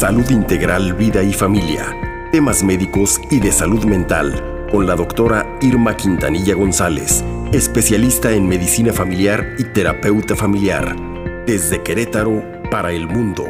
Salud Integral, Vida y Familia. Temas médicos y de salud mental, con la doctora Irma Quintanilla González, especialista en medicina familiar y terapeuta familiar. Desde Querétaro, para el mundo.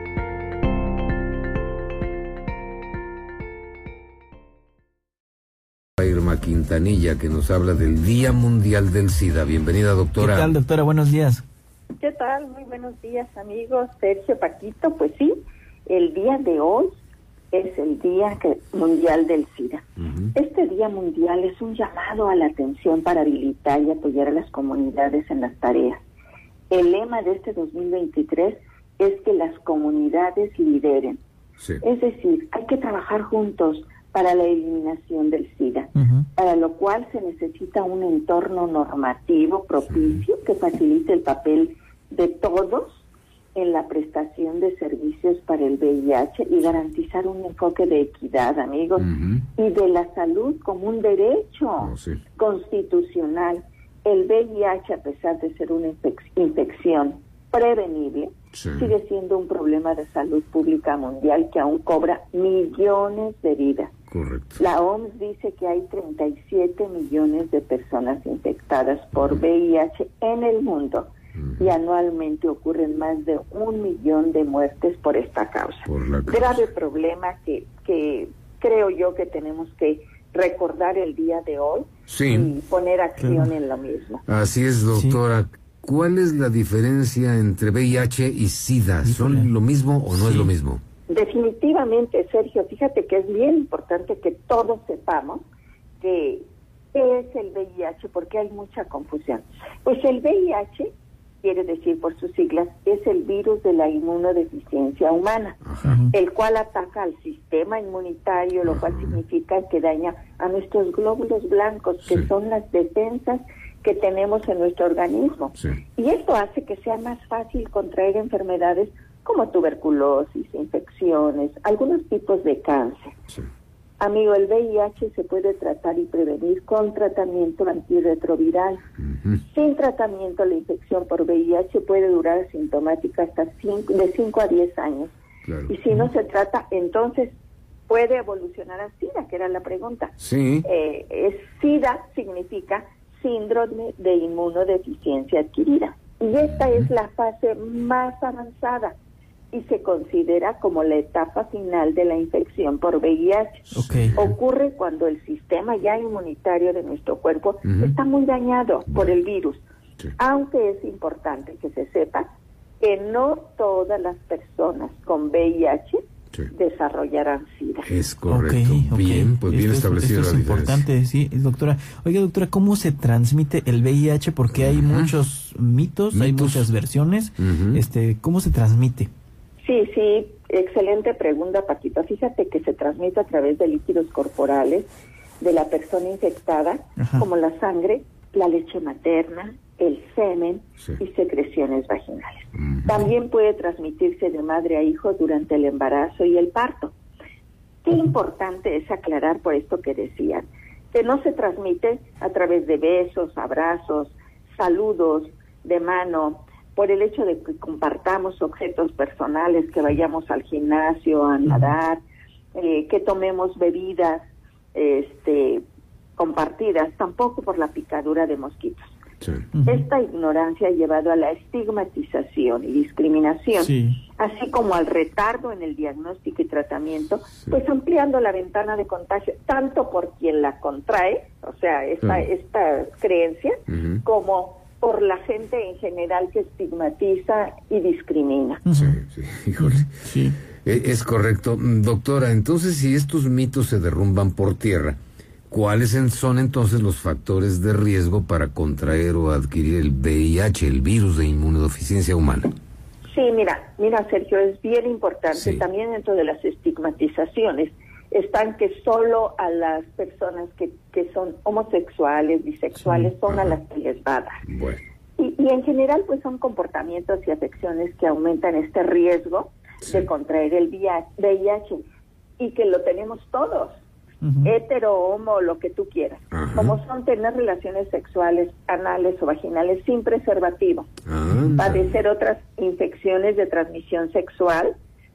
Irma Quintanilla, que nos habla del Día Mundial del SIDA. Bienvenida, doctora. ¿Qué tal, doctora? Buenos días. ¿Qué tal? Muy buenos días, amigos. Sergio, Paquito, pues sí, el día de hoy es el Día Mundial del SIDA. Este Día Mundial es un llamado a la atención para habilitar y apoyar a las comunidades en las tareas. El lema de este 2023 es que las comunidades lideren. Sí. Es decir, hay que trabajar juntos para la eliminación del SIDA, para lo cual se necesita un entorno normativo propicio que facilite el papel de todos en la prestación de servicios para el VIH y garantizar un enfoque de equidad, amigos, y de la salud como un derecho constitucional. El VIH, a pesar de ser una infección prevenible, sigue siendo un problema de salud pública mundial que aún cobra millones de vidas. Correcto. La OMS dice que hay 37 millones de personas infectadas por VIH en el mundo y anualmente ocurren más de 1 millón de muertes por esta causa. Grave problema que creo yo que tenemos que recordar el día de hoy y poner acción en lo mismo. Así es, doctora. Sí. ¿Cuál es la diferencia entre VIH y SIDA? ¿Son lo mismo o no es lo mismo? Definitivamente, Sergio. Fíjate que es bien importante que todos sepamos qué es el VIH, porque hay mucha confusión. Pues el VIH, quiere decir por sus siglas, es el virus de la inmunodeficiencia humana, el cual ataca al sistema inmunitario, lo cual significa que daña a nuestros glóbulos blancos, que son las defensas que tenemos en nuestro organismo. Y esto hace que sea más fácil contraer enfermedades como tuberculosis, infecciones, algunos tipos de cáncer. Amigo, el VIH se puede tratar y prevenir con tratamiento antirretroviral. Sin tratamiento, la infección por VIH puede durar asintomática hasta de 5 a 10 años. Y si no se trata, entonces puede evolucionar a SIDA, que era la pregunta. SIDA significa síndrome de inmunodeficiencia adquirida. Y esta es la fase más avanzada y se considera como la etapa final de la infección por VIH. Ocurre cuando el sistema ya inmunitario de nuestro cuerpo está muy dañado por el virus. Aunque es importante que se sepa que no todas las personas con VIH desarrollarán SIDA. Es correcto. Bien, pues bien establecido. Esto es importante, sí, doctora. Oiga, doctora, ¿cómo se transmite el VIH? Porque hay muchos mitos, hay muchas versiones. ¿Cómo se transmite? Sí, excelente pregunta, Paquito. Fíjate que se transmite a través de líquidos corporales de la persona infectada, como la sangre, la leche materna, el semen y secreciones vaginales. También puede transmitirse de madre a hijo durante el embarazo y el parto. Qué importante es aclarar por esto que decían, que no se transmite a través de besos, abrazos, saludos de mano, por el hecho de que compartamos objetos personales, que vayamos al gimnasio a nadar, que tomemos bebidas compartidas, tampoco por la picadura de mosquitos. Esta ignorancia ha llevado a la estigmatización y discriminación, así como al retardo en el diagnóstico y tratamiento, pues ampliando la ventana de contagio, tanto por quien la contrae, o sea, esta creencia, como por la gente en general que estigmatiza y discrimina. Híjole. Es correcto. Doctora, entonces si estos mitos se derrumban por tierra, ¿cuáles son entonces los factores de riesgo para contraer o adquirir el VIH, el virus de inmunodeficiencia humana? Sí, mira, Sergio, es bien importante. También dentro de las estigmatizaciones están que solo a las personas que son homosexuales, bisexuales, son a las que les va a dar. Y en general, pues son comportamientos y afecciones que aumentan este riesgo de contraer el VIH y que lo tenemos todos. Hetero, homo, lo que tú quieras, como son tener relaciones sexuales anales o vaginales sin preservativo, padecer otras infecciones de transmisión sexual,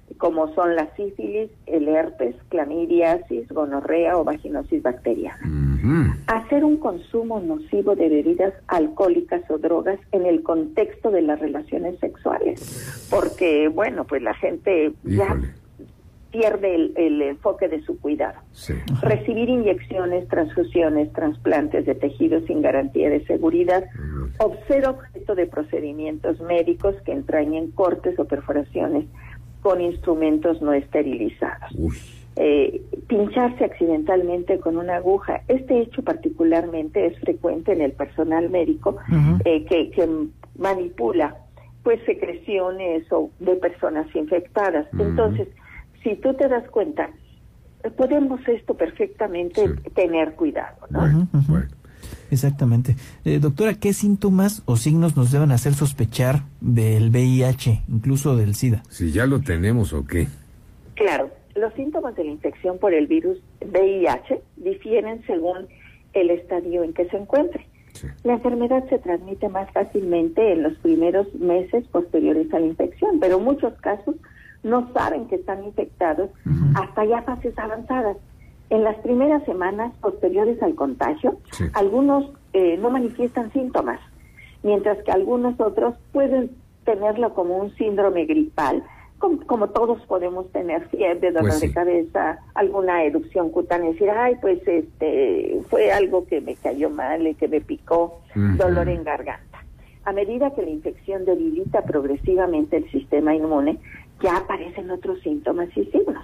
como son la sífilis, el herpes, clamidiasis, gonorrea o vaginosis bacteriana. Hacer un consumo nocivo de bebidas alcohólicas o drogas en el contexto de las relaciones sexuales, porque, bueno, pues la gente ya pierde el enfoque de su cuidado. Sí. Recibir inyecciones, transfusiones, trasplantes de tejidos sin garantía de seguridad, o ser objeto de procedimientos médicos que entrañen cortes o perforaciones con instrumentos no esterilizados. Pincharse accidentalmente con una aguja. Este hecho particularmente es frecuente en el personal médico que manipula pues secreciones o de personas infectadas. Entonces, si tú te das cuenta, podemos esto perfectamente tener cuidado, ¿no? Bueno. Exactamente. Doctora, ¿qué síntomas o signos nos deben hacer sospechar del VIH, incluso del SIDA? Si ya lo tenemos o qué. Claro, los síntomas de la infección por el virus VIH difieren según el estadio en que se encuentre. Sí. La enfermedad se transmite más fácilmente en los primeros meses posteriores a la infección, pero en muchos casos no saben que están infectados hasta ya fases avanzadas. En las primeras semanas posteriores al contagio, algunos no manifiestan síntomas, mientras que algunos otros pueden tenerlo como un síndrome gripal, como todos podemos tener fiebre, dolor de cabeza, alguna erupción cutánea, decir, ay, pues fue algo que me cayó mal y que me picó, dolor en garganta. A medida que la infección debilita progresivamente el sistema inmune, ya aparecen otros síntomas y signos.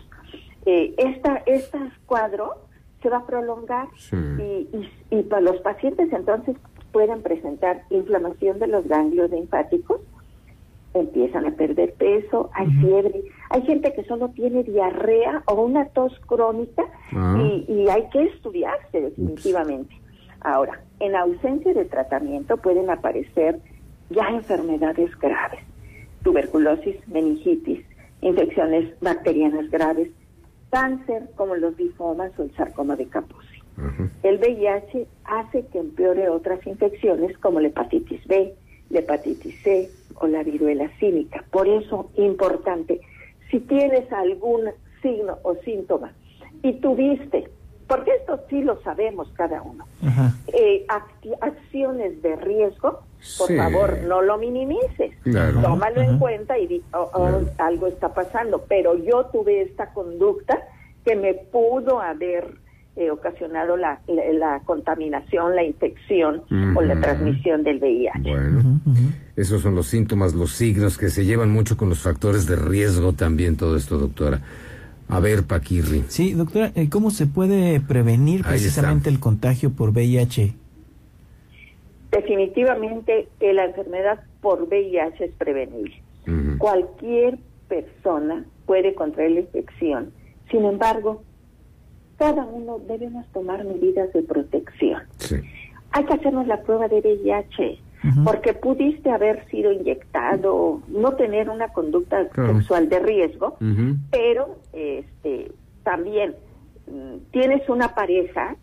Este cuadro se va a prolongar y para los pacientes entonces pueden presentar inflamación de los ganglios linfáticos, empiezan a perder peso, hay fiebre, hay gente que solo tiene diarrea o una tos crónica y hay que estudiarse definitivamente. Ahora, en ausencia de tratamiento pueden aparecer ya enfermedades graves, tuberculosis, meningitis, infecciones bacterianas graves, cáncer como los linfomas o el sarcoma de Kaposi. El VIH hace que empeore otras infecciones como la hepatitis B, la hepatitis C o la viruela símica. Por eso, importante, si tienes algún signo o síntoma y tuviste, porque esto sí lo sabemos cada uno, acciones de riesgo, por favor, no lo minimices. Claro. Tómalo en cuenta y algo está pasando, pero yo tuve esta conducta que me pudo haber ocasionado la contaminación, la infección o la transmisión del VIH. Bueno, esos son los síntomas, los signos que se llevan mucho con los factores de riesgo también, todo esto, doctora. A ver, Paquirri. Sí, doctora, ¿cómo se puede prevenir precisamente el contagio por VIH? Definitivamente la enfermedad por VIH es prevenible. Cualquier persona puede contraer la infección. Sin embargo, cada uno debemos tomar medidas de protección. Hay que hacernos la prueba de VIH, porque pudiste haber sido inyectado, no tener una conducta sexual de riesgo, pero también tienes una pareja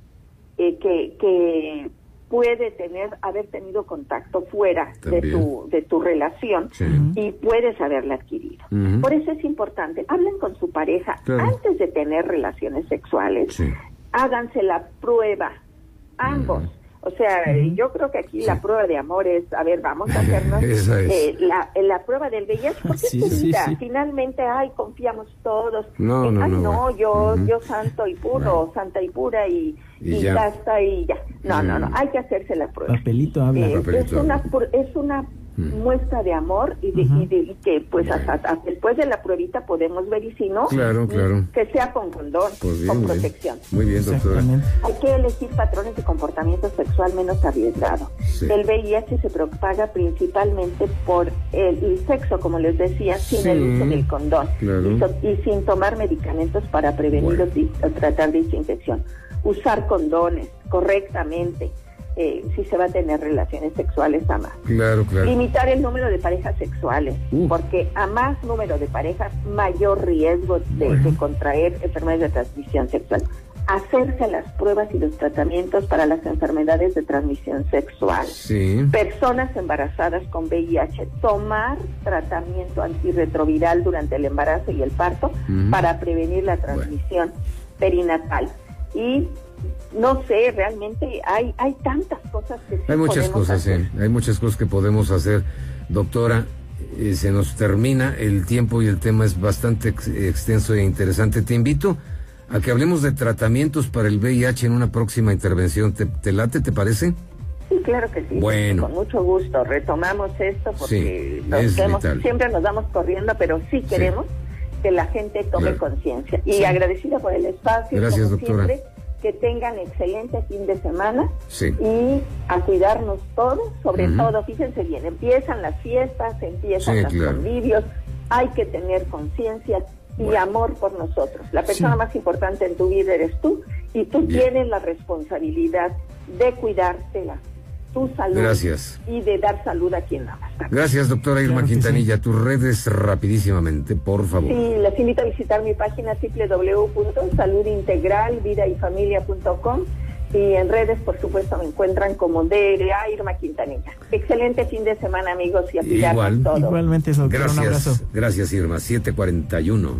que puede haber tenido contacto fuera de tu relación y puedes haberla adquirido. Por eso es importante, hablen con su pareja antes de tener relaciones sexuales, háganse la prueba, ambos. O sea, yo creo que aquí la prueba de amor es, a ver, vamos a hacernos la prueba del VIH, porque es tu vida. Finalmente, confiamos todos. Yo santo y puro, santa y pura y ya está y ya. No, hay que hacerse la prueba. Papelito habla. Es una muestra de amor y que pues hasta después de la pruebita podemos ver, y si no, que sea con condón, con protección. Muy bien, doctora. Hay que elegir patrones de comportamiento sexual menos arriesgado. El VIH se propaga principalmente por el sexo, como les decía, sin el uso del condón y sin tomar medicamentos para prevenir o tratar dicha infección. Usar condones correctamente. Si se va a tener relaciones sexuales a más. Limitar el número de parejas sexuales, porque a más número de parejas, mayor riesgo de contraer enfermedades de transmisión sexual. hacerse las pruebas y los tratamientos para las enfermedades de transmisión sexual. Sí. Personas embarazadas con VIH, tomar tratamiento antirretroviral durante el embarazo y el parto para prevenir la transmisión perinatal. Y no sé, realmente hay tantas cosas que hay muchas cosas, hacer. Hay muchas cosas que podemos hacer, doctora. Se nos termina el tiempo y el tema es bastante extenso e interesante. Te invito a que hablemos de tratamientos para el VIH en una próxima intervención. ¿Te late, te parece? Sí, claro que sí. Bueno. Con mucho gusto. Retomamos esto porque sí, siempre nos vamos corriendo, pero sí queremos que la gente tome conciencia. Y agradecida por el espacio. Gracias, como doctora. Siempre, que tengan excelente fin de semana Sí. y a cuidarnos todos, sobre todo, fíjense bien, empiezan las fiestas, empiezan los convivios, hay que tener conciencia y amor por nosotros. La persona más importante en tu vida eres tú y tú tienes la responsabilidad de cuidártela, tu salud. Gracias. Y de dar salud a quien amas. Gracias, doctora Irma Quintanilla. Tus redes rapidísimamente, por favor. Sí, les invito a visitar mi página www.saludintegralvidayfamilia.com y en redes, por supuesto, me encuentran como DRA Irma Quintanilla. Excelente fin de semana, amigos, y a cuidarnos todos. Igualmente, doctora, un abrazo. Gracias, Irma. 7:41.